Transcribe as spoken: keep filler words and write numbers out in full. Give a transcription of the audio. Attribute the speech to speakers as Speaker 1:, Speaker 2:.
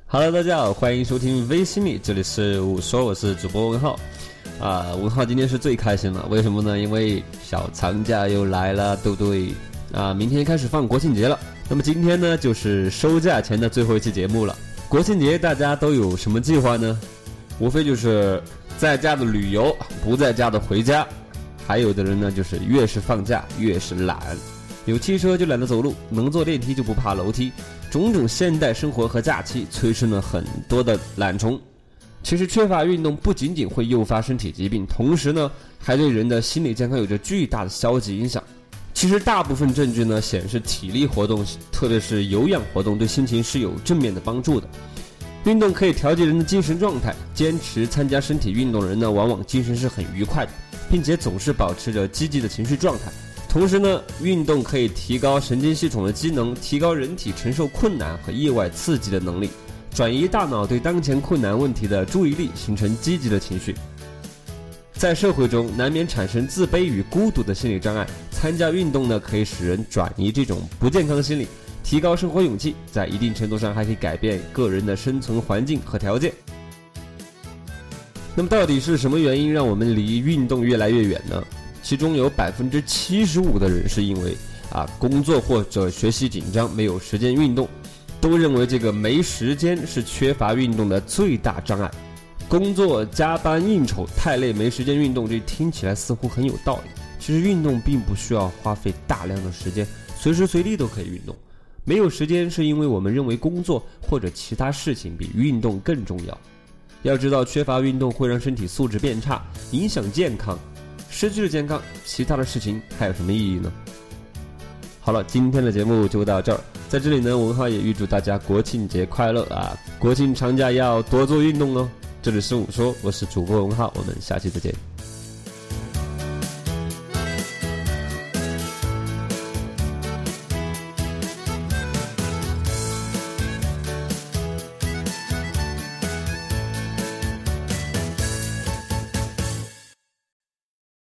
Speaker 1: Hello， 大家好，欢迎收听微心理，这里是我说，我是主播文浩。啊，文浩今天是最开心了，为什么呢？因为小长假又来了，对不对？啊，明天开始放国庆节了。那么今天呢，就是收假前的最后一期节目了。国庆节大家都有什么计划呢？无非就是在家的旅游，不在家的回家。还有的人呢，就是越是放假越是懒，有汽车就懒得走路，能坐电梯就不怕楼梯。种种现代生活和假期催生了很多的懒虫。其实缺乏运动不仅仅会诱发身体疾病，同时呢还对人的心理健康有着巨大的消极影响。其实大部分证据呢显示体力活动，特别是有氧活动对心情是有正面的帮助的。运动可以调节人的精神状态，坚持参加身体运动的人呢往往精神是很愉快的，并且总是保持着积极的情绪状态。同时呢，运动可以提高神经系统的机能，提高人体承受困难和意外刺激的能力，转移大脑对当前困难问题的注意力，形成积极的情绪。在社会中难免产生自卑与孤独的心理障碍，参加运动呢，可以使人转移这种不健康的心理，提高生活勇气，在一定程度上还可以改变个人的生存环境和条件。那么到底是什么原因让我们离运动越来越远呢？其中有 百分之七十五 的人是因为啊工作或者学习紧张，没有时间运动，都认为这个没时间是缺乏运动的最大障碍。工作加班应酬太累，没时间运动，这听起来似乎很有道理。其实运动并不需要花费大量的时间，随时随地都可以运动。没有时间是因为我们认为工作或者其他事情比运动更重要。要知道，缺乏运动会让身体素质变差，影响健康。失去了健康，其他的事情还有什么意义呢？好了，今天的节目就到这儿。在这里呢，文浩也预祝大家国庆节快乐啊！国庆长假要多做运动哦。这里是我说，我是主播文浩，我们下期再见。